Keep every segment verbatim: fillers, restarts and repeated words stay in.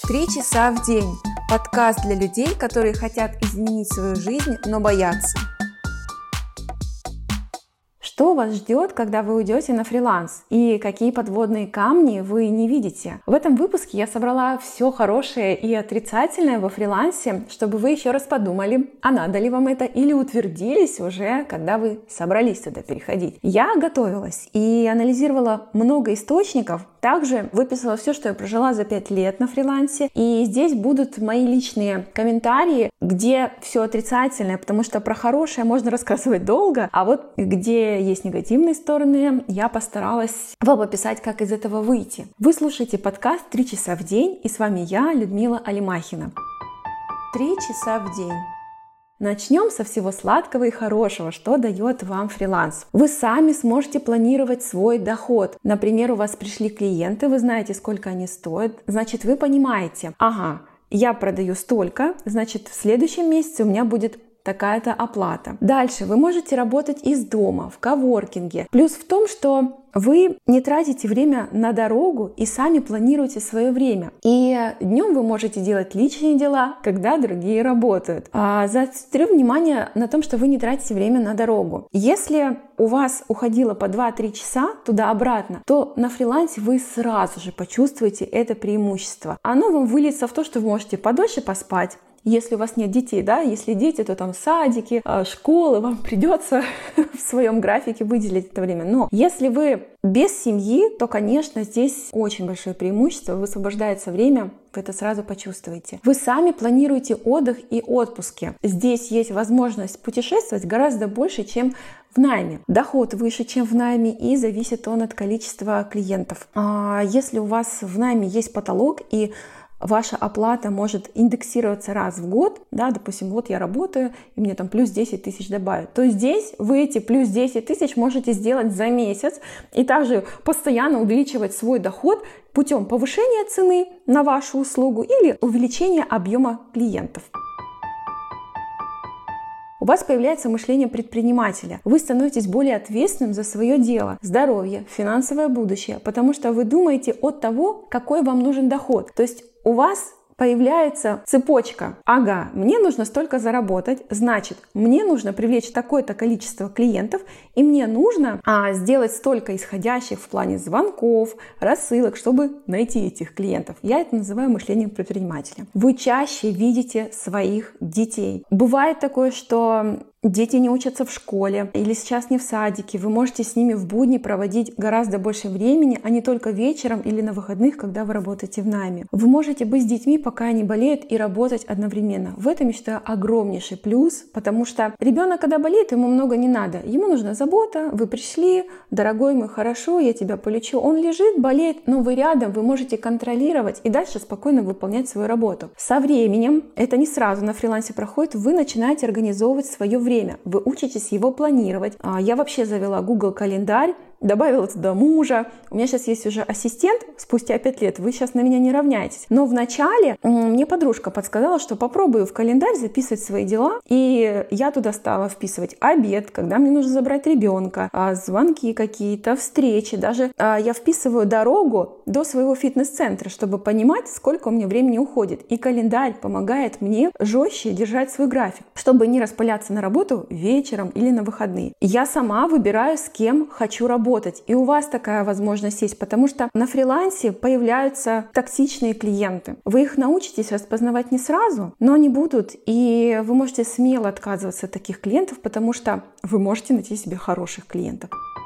Три часа в день. Подкаст для людей, которые хотят изменить свою жизнь, но боятся. Что вас ждет, когда вы уйдете на фриланс? И какие подводные камни вы не видите? В этом выпуске я собрала все хорошее и отрицательное во фрилансе, чтобы вы еще раз подумали, а надо ли вам это, или утвердились уже, когда вы собрались туда переходить. Я готовилась и анализировала много источников, также выписала все, что я прожила за пять лет на фрилансе. И здесь будут мои личные комментарии, где все отрицательное, потому что про хорошее можно рассказывать долго, а вот где есть негативные стороны, я постаралась вам описать, как из этого выйти. Вы слушаете подкаст «Три часа в день», и с вами я, Людмила Алимахина. Три часа в день. Начнем со всего сладкого и хорошего, что дает вам фриланс. Вы сами сможете планировать свой доход. Например, у вас пришли клиенты, вы знаете, сколько они стоят, значит, вы понимаете, ага, я продаю столько, значит, в следующем месяце у меня будет такая-то оплата. Дальше вы можете работать из дома, в коворкинге. Плюс в том, что вы не тратите время на дорогу и сами планируете свое время. И днем вы можете делать личные дела, когда другие работают. А заострю внимание на том, что вы не тратите время на дорогу. Если у вас уходило по два-три часа туда-обратно, то на фрилансе вы сразу же почувствуете это преимущество. Оно вам выльется в то, что вы можете подольше поспать. Если у вас нет детей, да, если дети, то там садики, школы, вам придется в своем графике выделить это время. Но если вы без семьи, то, конечно, здесь очень большое преимущество, высвобождается время, вы это сразу почувствуете. Вы сами планируете отдых и отпуски. Здесь есть возможность путешествовать гораздо больше, чем в найме. Доход выше, чем в найме, и зависит он от количества клиентов. А если у вас в найме есть потолок и ваша оплата может индексироваться раз в год, да, допустим, вот я работаю, и мне там плюс десять тысяч добавят, то здесь вы эти плюс десять тысяч можете сделать за месяц и также постоянно увеличивать свой доход путем повышения цены на вашу услугу или увеличения объема клиентов. У вас появляется мышление предпринимателя. Вы становитесь более ответственным за свое дело, здоровье, финансовое будущее, потому что вы думаете от того, какой вам нужен доход. То есть у вас появляется цепочка. Ага, мне нужно столько заработать, значит, мне нужно привлечь такое-то количество клиентов, и мне нужно а, сделать столько исходящих в плане звонков, рассылок, чтобы найти этих клиентов. Я это называю мышлением предпринимателя. Вы чаще видите своих детей. Бывает такое, что дети не учатся в школе или сейчас не в садике. Вы можете с ними в будни проводить гораздо больше времени, а не только вечером или на выходных, когда вы работаете в найме. Вы можете быть с детьми, пока они болеют, и работать одновременно. В этом, я считаю, огромнейший плюс, потому что ребенок, когда болеет, ему много не надо. Ему нужна забота, вы пришли, дорогой мой, хорошо, я тебя полечу. Он лежит, болеет, но вы рядом, вы можете контролировать и дальше спокойно выполнять свою работу. Со временем, это не сразу на фрилансе проходит, вы начинаете организовывать свое время. Время. Вы учитесь его планировать. Я вообще завела Google календарь, добавила туда мужа. У меня сейчас есть уже ассистент, спустя пять лет. Вы сейчас на меня не равняетесь. Но вначале мне подружка подсказала, что попробую в календарь записывать свои дела. И я туда стала вписывать обед, когда мне нужно забрать ребенка, звонки какие-то, встречи. Даже я вписываю дорогу до своего фитнес-центра, чтобы понимать, сколько у меня времени уходит. И календарь помогает мне жестче держать свой график, чтобы не распыляться на работу вечером или на выходные. Я сама выбираю, с кем хочу работать. И у вас такая возможность есть, потому что на фрилансе появляются токсичные клиенты. Вы их научитесь распознавать не сразу, но они будут, и вы можете смело отказываться от таких клиентов, потому что вы можете найти себе хороших клиентов.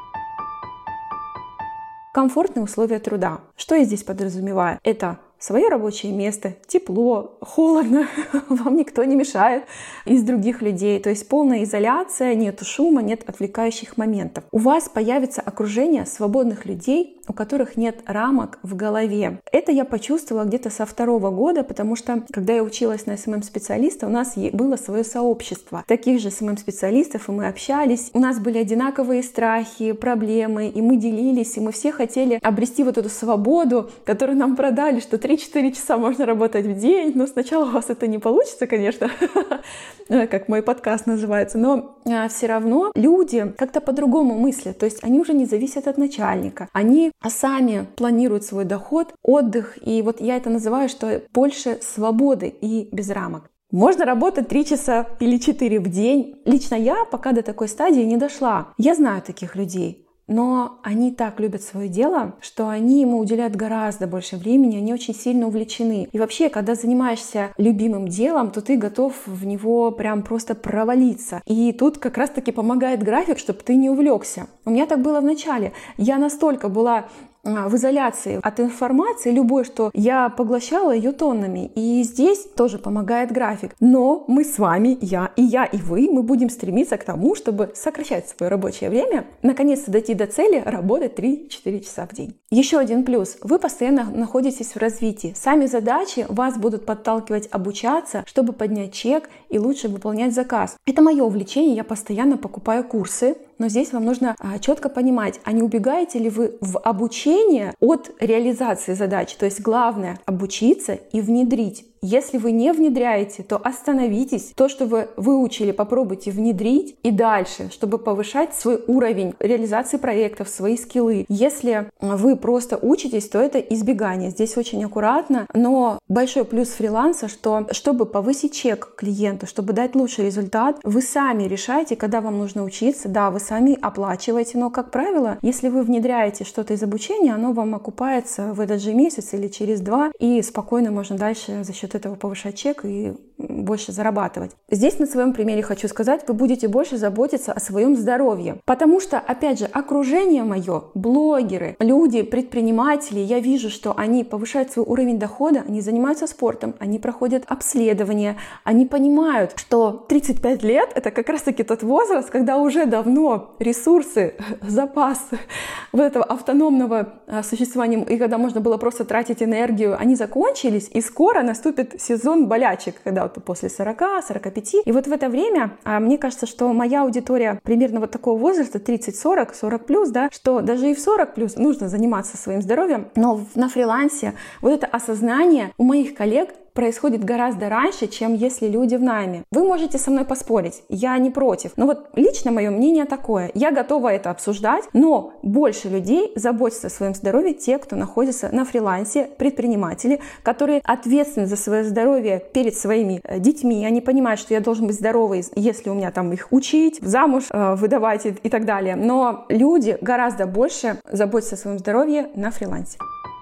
Комфортные условия труда. Что я здесь подразумеваю? Это свое рабочее место, тепло, холодно, вам никто не мешает из других людей. То есть полная изоляция, нет шума, нет отвлекающих моментов. У вас появится окружение свободных людей, у которых нет рамок в голове. Это я почувствовала где-то со второго года, потому что, когда я училась на эс эм эм-специалиста, у нас было свое сообщество таких же эс эм эм-специалистов, и мы общались. У нас были одинаковые страхи, проблемы, и мы делились, и мы все хотели обрести вот эту свободу, которую нам продали, что три-четыре часа можно работать в день, но сначала у вас это не получится, конечно, как мой подкаст называется, но все равно люди как-то по-другому мыслят, то есть они уже не зависят от начальника, они а сами планируют свой доход, отдых. И вот я это называю, что больше свободы и без рамок. Можно работать три часа или четыре в день. Лично я пока до такой стадии не дошла. Я знаю таких людей. Но они так любят свое дело, что они ему уделяют гораздо больше времени, они очень сильно увлечены. И вообще, когда занимаешься любимым делом, то ты готов в него прям просто провалиться. И тут как раз-таки помогает график, чтобы ты не увлекся. У меня так было в начале. Я настолько была в изоляции от информации любой, что я поглощала ее тоннами. И здесь тоже помогает график. Но мы с вами, я и я, и вы, мы будем стремиться к тому, чтобы сокращать свое рабочее время, наконец-то дойти до цели работать три-четыре часа в день. Еще один плюс. Вы постоянно находитесь в развитии. Сами задачи вас будут подталкивать обучаться, чтобы поднять чек и лучше выполнять заказ. Это мое увлечение, я постоянно покупаю курсы. Но здесь вам нужно а, четко понимать, а не убегаете ли вы в обучение от реализации задач. То есть главное обучиться и внедрить. Если вы не внедряете, то остановитесь. То, что вы выучили, попробуйте внедрить и дальше, чтобы повышать свой уровень реализации проектов, свои скиллы. Если вы просто учитесь, то это избегание. Здесь очень аккуратно, но большой плюс фриланса, что чтобы повысить чек клиенту, чтобы дать лучший результат, вы сами решаете, когда вам нужно учиться. Да, вы сами оплачиваете, но, как правило, если вы внедряете что-то из обучения, оно вам окупается в этот же месяц или через два, и спокойно можно дальше за счет этого повышать чек и больше зарабатывать. Здесь на своем примере хочу сказать, вы будете больше заботиться о своем здоровье. Потому что, опять же, окружение мое, блогеры, люди, предприниматели, я вижу, что они повышают свой уровень дохода, они занимаются спортом, они проходят обследования, они понимают, что тридцать пять лет — это как раз-таки тот возраст, когда уже давно ресурсы, запас вот этого автономного существования, и когда можно было просто тратить энергию, они закончились, и скоро наступит сезон болячек, когда вот после сорока — сорока пяти. И вот в это время, мне кажется, что моя аудитория примерно вот такого возраста, тридцать-сорок, сорок плюс, да, что даже и в сорок плюс нужно заниматься своим здоровьем, но на фрилансе вот это осознание у моих коллег происходит гораздо раньше, чем если люди в найме. Вы можете со мной поспорить, я не против. Но вот лично мое мнение такое. Я готова это обсуждать, но больше людей заботятся о своем здоровье те, кто находится на фрилансе, предприниматели, которые ответственны за свое здоровье перед своими детьми. Они понимают, что я должен быть здоровый, если у меня там их учить, замуж выдавать и так далее. Но люди гораздо больше заботятся о своем здоровье на фрилансе.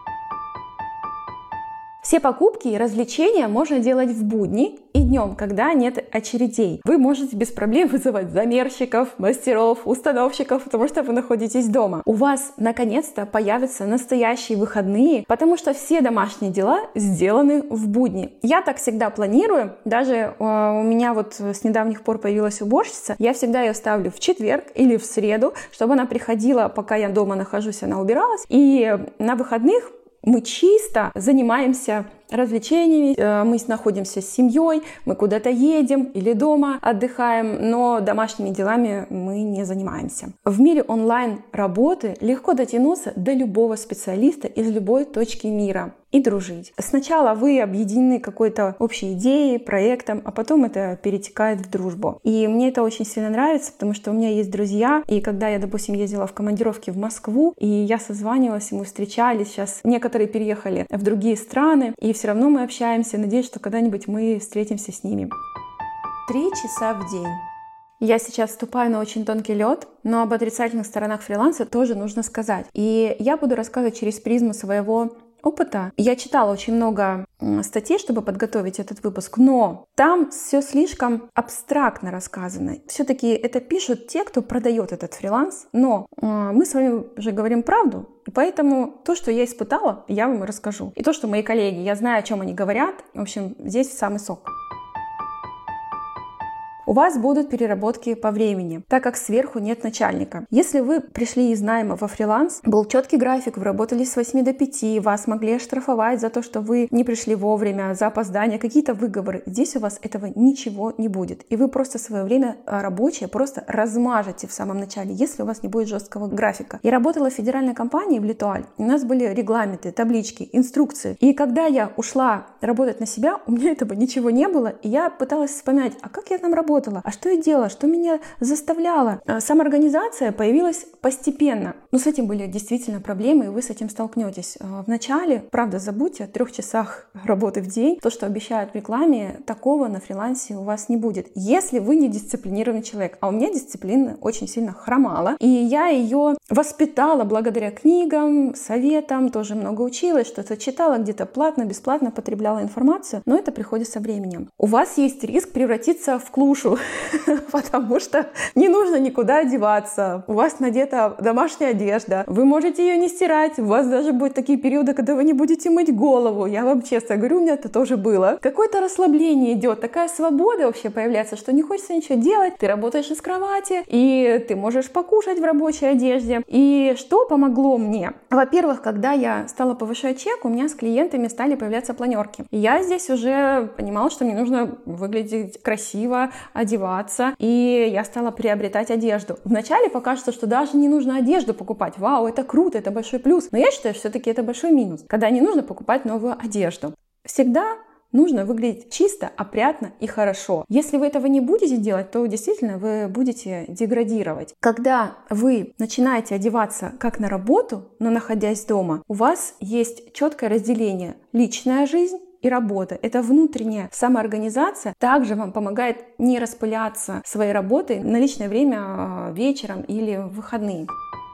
Все покупки и развлечения можно делать в будни и днем, когда нет очередей. Вы можете без проблем вызывать замерщиков, мастеров, установщиков, потому что вы находитесь дома. У вас наконец-то появятся настоящие выходные, потому что все домашние дела сделаны в будни. Я так всегда планирую. Даже у меня вот с недавних пор появилась уборщица. Я всегда ее ставлю в четверг или в среду, чтобы она приходила, пока я дома нахожусь, она убиралась. И на выходных мы чисто занимаемся развлечениями, мы находимся с семьей, мы куда-то едем или дома отдыхаем, но домашними делами мы не занимаемся. В мире онлайн-работы легко дотянуться до любого специалиста из любой точки мира и дружить. Сначала вы объединены какой-то общей идеей, проектом, а потом это перетекает в дружбу. И мне это очень сильно нравится, потому что у меня есть друзья, и когда я, допустим, ездила в командировки в Москву, и я созванивалась, и мы встречались, сейчас некоторые переехали в другие страны, и все равно мы общаемся. Надеюсь, что когда-нибудь мы встретимся с ними. Три часа в день. Я сейчас ступаю на очень тонкий лед, но об отрицательных сторонах фриланса тоже нужно сказать. И я буду рассказывать через призму своего опыта. Я читала очень много статей, чтобы подготовить этот выпуск, но там все слишком абстрактно рассказано. Все-таки это пишут те, кто продает этот фриланс, но мы с вами уже говорим правду, и поэтому то, что я испытала, я вам расскажу. И то, что мои коллеги, я знаю, о чем они говорят, в общем, здесь самый сок. У вас будут переработки по времени, так как сверху нет начальника. Если вы пришли из найма во фриланс, был четкий график, вы работали с восьми до пяти, вас могли оштрафовать за то, что вы не пришли вовремя, за опоздание, какие-то выговоры. Здесь у вас этого ничего не будет. И вы просто свое время рабочее просто размажете в самом начале, если у вас не будет жесткого графика. Я работала в федеральной компании в Литуаль, у нас были регламенты, таблички, инструкции. И когда я ушла работать на себя, у меня этого ничего не было, и я пыталась вспоминать, а как я там работала? работала? А что я делала? Что меня заставляло? Самоорганизация появилась постепенно. Но с этим были действительно проблемы, и вы с этим столкнетесь. Вначале, правда, забудьте о трех часах работы в день. То, что обещают в рекламе, такого на фрилансе у вас не будет. Если вы не дисциплинированный человек. А у меня дисциплина очень сильно хромала. И я ее воспитала благодаря книгам, советам, тоже много училась, что-то читала, где-то платно, бесплатно потребляла информацию. Но это приходит со временем. У вас есть риск превратиться в клушу, потому что не нужно никуда одеваться. У вас надета домашняя одежда. Вы можете ее не стирать. У вас даже будут такие периоды, когда вы не будете мыть голову. Я вам честно говорю, у меня это тоже было. Какое-то расслабление идет, такая свобода вообще появляется, что не хочется ничего делать. Ты работаешь из кровати, и ты можешь покушать в рабочей одежде. И что помогло мне? Во-первых, когда я стала повышать чек, у меня с клиентами стали появляться планерки. И я здесь уже понимала, что мне нужно выглядеть красиво, одеваться, и я стала приобретать одежду. Вначале покажется, что даже не нужно одежду покупать. Вау, это круто, это большой плюс. Но я считаю, что все-таки это большой минус, когда не нужно покупать новую одежду. Всегда нужно выглядеть чисто, опрятно и хорошо. Если вы этого не будете делать, то действительно вы будете деградировать. Когда вы начинаете одеваться как на работу, но находясь дома, у вас есть четкое разделение: личная жизнь и работа. Это внутренняя самоорганизация также вам помогает не распыляться своей работой на личное время вечером или в выходные.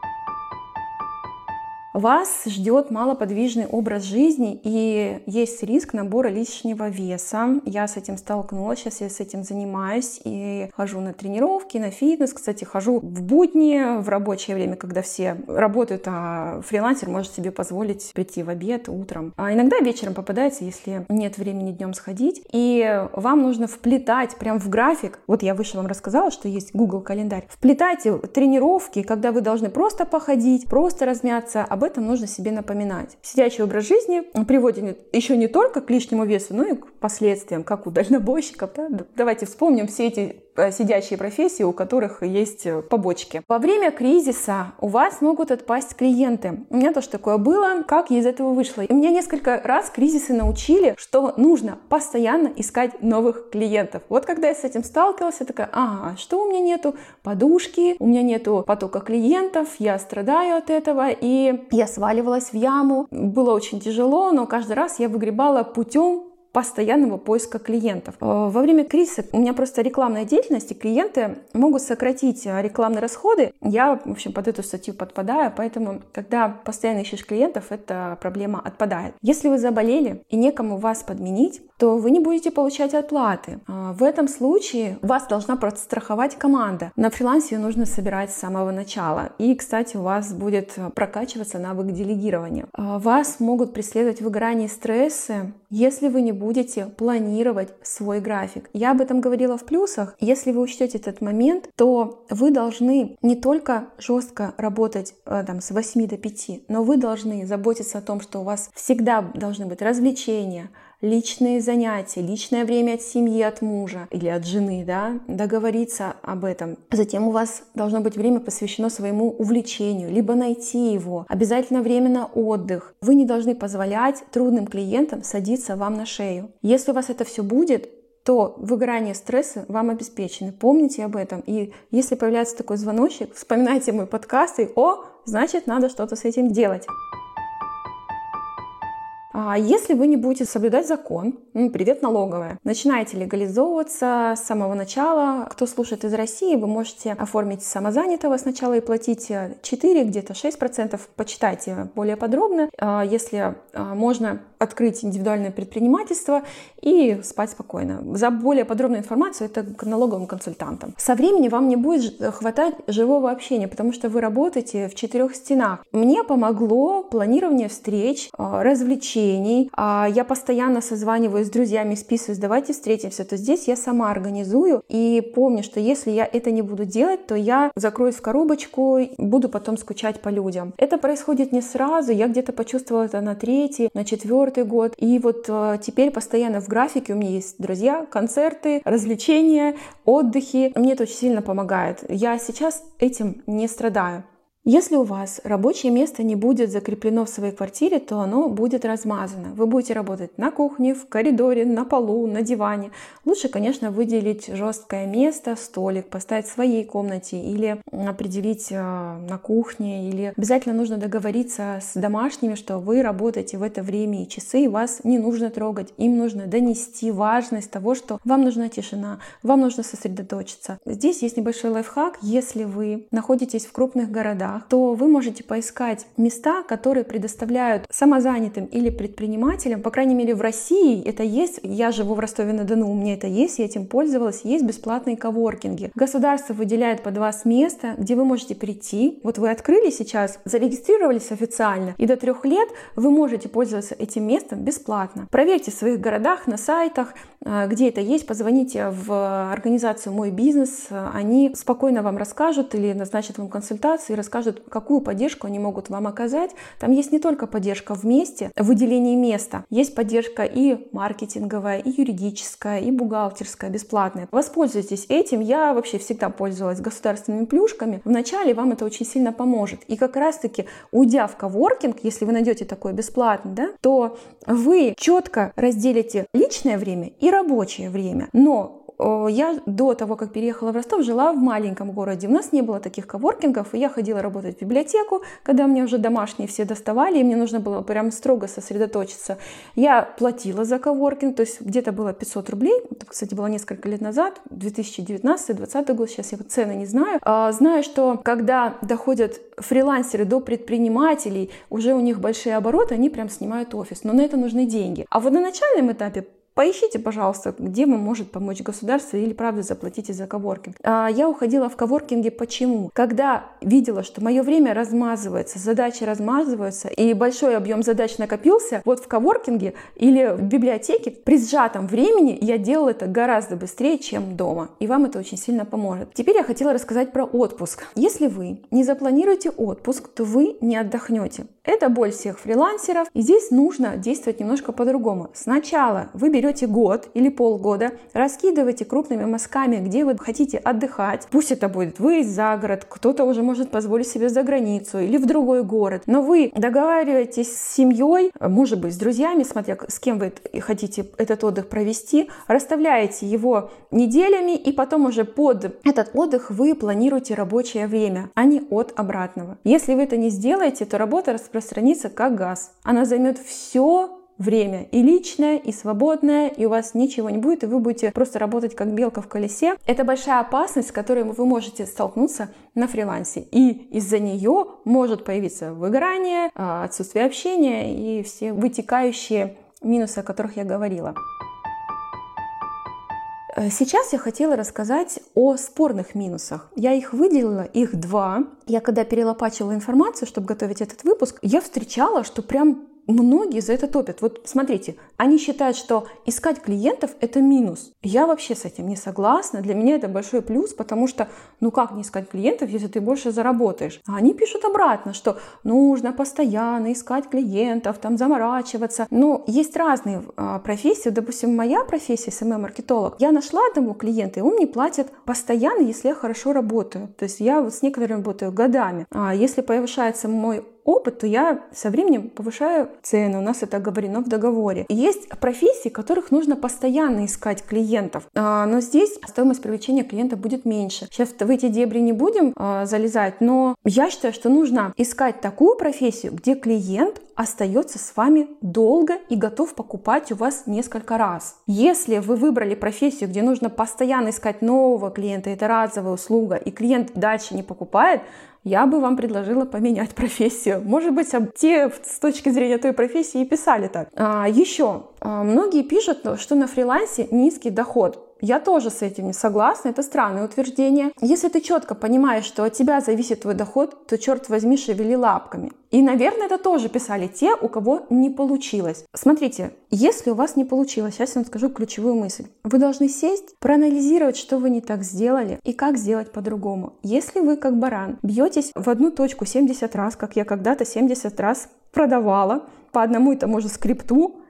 Вас ждет малоподвижный образ жизни, и есть риск набора лишнего веса. Я с этим столкнулась, сейчас я с этим занимаюсь и хожу на тренировки, на фитнес. Кстати, хожу в будни, в рабочее время, когда все работают, а фрилансер может себе позволить прийти в обед утром. А иногда вечером попадается, если нет времени днем сходить. И вам нужно вплетать прям в график. Вот я выше вам рассказала, что есть Google календарь. Вплетайте тренировки, когда вы должны просто походить, просто размяться. Об этом нужно себе напоминать. Сидячий образ жизни приводит еще не только к лишнему весу, но и к последствиям, как у дальнобойщиков. Да? Давайте вспомним все эти сидячие профессии, у которых есть побочки. Во время кризиса у вас могут отпасть клиенты. У меня тоже такое было. Как я из этого вышла? И меня несколько раз кризисы научили, что нужно постоянно искать новых клиентов. Вот когда я с этим сталкивалась, я такая: ага, что у меня нету подушки, у меня нету потока клиентов, я страдаю от этого, и я сваливалась в яму. Было очень тяжело, но каждый раз я выгребала путем постоянного поиска клиентов. Во время кризиса у меня просто рекламная деятельность, и клиенты могут сократить рекламные расходы. Я, в общем, под эту статью подпадаю, поэтому, когда постоянно ищешь клиентов, эта проблема отпадает. Если вы заболели и некому вас подменить, то вы не будете получать оплаты. В этом случае вас должна подстраховать команда. На фрилансе ее нужно собирать с самого начала. И, кстати, у вас будет прокачиваться навык делегирования. Вас могут преследовать выгорание и стрессы, если вы не будете планировать свой график. Я об этом говорила в плюсах. Если вы учтете этот момент, то вы должны не только жестко работать там, с восьми до пяти, но вы должны заботиться о том, что у вас всегда должны быть развлечения, личные занятия, личное время от семьи, от мужа или от жены, да, договориться об этом. Затем у вас должно быть время посвящено своему увлечению, либо найти его. Обязательно время на отдых. Вы не должны позволять трудным клиентам садиться вам на шею. Если у вас это все будет, то выгорание, стрессы вам обеспечены. Помните об этом. И если появляется такой звоночек, вспоминайте мой подкаст и «О, значит, надо что-то с этим делать». А если вы не будете соблюдать закон, ну, привет, налоговая, начинаете легализовываться с самого начала. Кто слушает из России, вы можете оформить самозанятого сначала и платить четыре, где-то шесть процентов. Почитайте более подробно. Если можно открыть индивидуальное предпринимательство и спать спокойно. За более подробную информацию это к налоговым консультантам. Со временем вам не будет хватать живого общения, потому что вы работаете в четырех стенах. Мне помогло планирование встреч, развлечений. Я постоянно созваниваюсь с друзьями, списываюсь, давайте встретимся. То здесь я сама организую и помню, что если я это не буду делать, то я закроюсь в коробочку, буду потом скучать по людям. Это происходит не сразу, я где-то почувствовала это на третий, на четвертый год. И вот теперь постоянно в графике у меня есть друзья, концерты, развлечения, отдыхи. Мне это очень сильно помогает. Я сейчас этим не страдаю. Если у вас рабочее место не будет закреплено в своей квартире, то оно будет размазано. Вы будете работать на кухне, в коридоре, на полу, на диване. Лучше, конечно, выделить жесткое место, столик, поставить в своей комнате или определить на кухне. Или обязательно нужно договориться с домашними, что вы работаете в это время и часы, и вас не нужно трогать. Им нужно донести важность того, что вам нужна тишина, вам нужно сосредоточиться. Здесь есть небольшой лайфхак. Если вы находитесь в крупных городах, то вы можете поискать места, которые предоставляют самозанятым или предпринимателям, по крайней мере в России это есть, я живу в Ростове-на-Дону, у меня это есть, я этим пользовалась, есть бесплатные коворкинги. Государство выделяет под вас место, где вы можете прийти, вот вы открыли сейчас, зарегистрировались официально, и до трех лет вы можете пользоваться этим местом бесплатно. Проверьте в своих городах, на сайтах, где это есть, позвоните в организацию «Мой бизнес», они спокойно вам расскажут или назначат вам консультацию и расскажут, какую поддержку они могут вам оказать. Там есть не только поддержка в месте, в выделении места, есть поддержка и маркетинговая, и юридическая, и бухгалтерская, бесплатная. Воспользуйтесь этим. Я вообще всегда пользовалась государственными плюшками. Вначале вам это очень сильно поможет. И как раз-таки, уйдя в коворкинг, если вы найдете такое бесплатно, да, то вы четко разделите личное время и рабочее время. Но я до того, как переехала в Ростов, жила в маленьком городе. У нас не было таких коворкингов, и я ходила работать в библиотеку, когда мне уже домашние все доставали, и мне нужно было прям строго сосредоточиться. Я платила за коворкинг, то есть где-то было пятьсот рублей. Это, кстати, было несколько лет назад, две тысячи девятнадцатый — две тысячи двадцатый год, сейчас я цены не знаю. Знаю, что когда доходят фрилансеры до предпринимателей, уже у них большие обороты, они прям снимают офис, но на это нужны деньги. А вот на начальном этапе поищите, пожалуйста, где вам может помочь государство или, правда, заплатите за коворкинг. А я уходила в коворкинге почему? Когда видела, что мое время размазывается, задачи размазываются, и большой объем задач накопился, вот в коворкинге или в библиотеке при сжатом времени я делала это гораздо быстрее, чем дома. И вам это очень сильно поможет. Теперь я хотела рассказать про отпуск. Если вы не запланируете отпуск, то вы не отдохнете. Это боль всех фрилансеров. И здесь нужно действовать немножко по-другому. Сначала вы берете год или полгода, раскидывайте крупными мазками, где вы хотите отдыхать. Пусть это будет выезд за город, кто-то уже может позволить себе за границу или в другой город. Но вы договариваетесь с семьей, может быть, с друзьями, смотря с кем вы хотите этот отдых провести, расставляете его неделями, и потом уже под этот отдых вы планируете рабочее время, а не от обратного. Если вы это не сделаете, то работа распространится как газ. Она займет все время, и личное, и свободное, и у вас ничего не будет, и вы будете просто работать как белка в колесе. Это большая опасность, с которой вы можете столкнуться на фрилансе. И из-за нее может появиться выгорание, отсутствие общения и все вытекающие минусы, о которых я говорила. Сейчас я хотела рассказать о спорных минусах. Я их выделила, их два. Я когда перелопачивала информацию, чтобы готовить этот выпуск, я встречала, что прям многие за это топят. Вот смотрите, они считают, что искать клиентов — это минус. Я вообще с этим не согласна. Для меня это большой плюс, потому что, ну как не искать клиентов, если ты больше заработаешь? А они пишут обратно, что нужно постоянно искать клиентов, там заморачиваться. Но есть разные а, профессии. Допустим, моя профессия, эс эм эм-маркетолог, я нашла одного клиента, и он мне платит постоянно, если я хорошо работаю. То есть я вот с некоторыми работаю годами. А если повышается мой опыт, то я со временем повышаю цены. У нас это оговорено в договоре. Есть профессии, в которых нужно постоянно искать клиентов. Но здесь стоимость привлечения клиента будет меньше. Сейчас в эти дебри не будем залезать, но я считаю, что нужно искать такую профессию, где клиент остается с вами долго и готов покупать у вас несколько раз. Если вы выбрали профессию, где нужно постоянно искать нового клиента, это разовая услуга, и клиент дальше не покупает, я бы вам предложила поменять профессию. Может быть, те с точки зрения той профессии и писали так. А, еще, а, многие пишут, что на фрилансе низкий доход. Я тоже с этим не согласна, это странное утверждение. Если ты четко понимаешь, что от тебя зависит твой доход, то, черт возьми, шевели лапками. И, наверное, это тоже писали те, у кого не получилось. Смотрите, если у вас не получилось, сейчас я вам скажу ключевую мысль. Вы должны сесть, проанализировать, что вы не так сделали и как сделать по-другому. Если вы, как баран, бьетесь в одну точку семьдесят раз, как я когда-то семьдесят раз продавала по одному и тому же скрипту,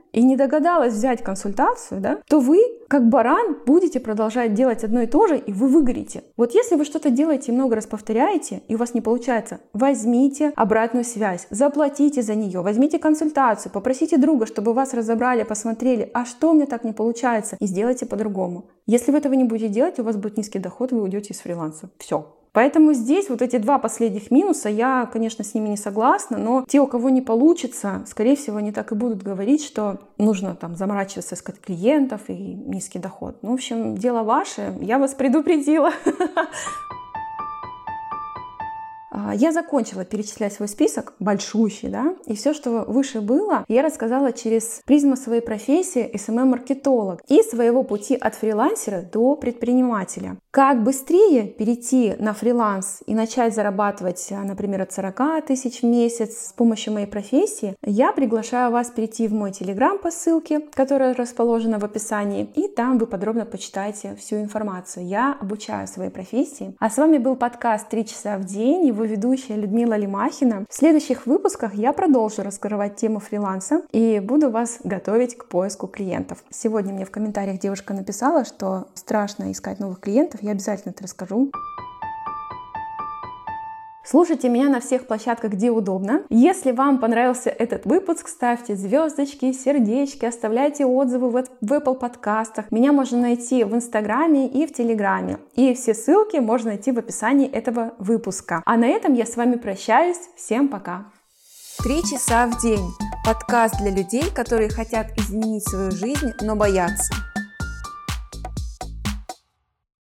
и не догадалась взять консультацию, да, то вы, как баран, будете продолжать делать одно и то же, и вы выгорите. Вот если вы что-то делаете и много раз повторяете, и у вас не получается, возьмите обратную связь, заплатите за нее, возьмите консультацию, попросите друга, чтобы вас разобрали, посмотрели, а что мне так не получается, и сделайте по-другому. Если вы этого не будете делать, у вас будет низкий доход, вы уйдете из фриланса. Все. Поэтому здесь вот эти два последних минуса, я, конечно, с ними не согласна, но те, у кого не получится, скорее всего, они так и будут говорить, что нужно там заморачиваться, искать клиентов и низкий доход. Ну, в общем, дело ваше, я вас предупредила. Я закончила перечислять свой список, большущий, да, и все, что выше было, я рассказала через призму своей профессии эс эм эм-маркетолог и своего пути от фрилансера до предпринимателя. Как быстрее перейти на фриланс и начать зарабатывать, например, от сорока тысяч в месяц с помощью моей профессии, я приглашаю вас перейти в мой телеграм по ссылке, которая расположена в описании, и там вы подробно почитаете всю информацию. Я обучаю своей профессии. А с вами был подкаст «Три часа в день», его ведущая Людмила Лимахина. В следующих выпусках я продолжу раскрывать тему фриланса и буду вас готовить к поиску клиентов. Сегодня мне в комментариях девушка написала, что страшно искать новых клиентов. Я обязательно это расскажу. Слушайте меня на всех площадках, где удобно. Если вам понравился этот выпуск, ставьте звездочки, сердечки, оставляйте отзывы в Apple подкастах. Меня можно найти в Инстаграме и в Телеграме. И все ссылки можно найти в описании этого выпуска. А на этом я с вами прощаюсь. Всем пока! Три часа в день. Подкаст для людей, которые хотят изменить свою жизнь, но боятся.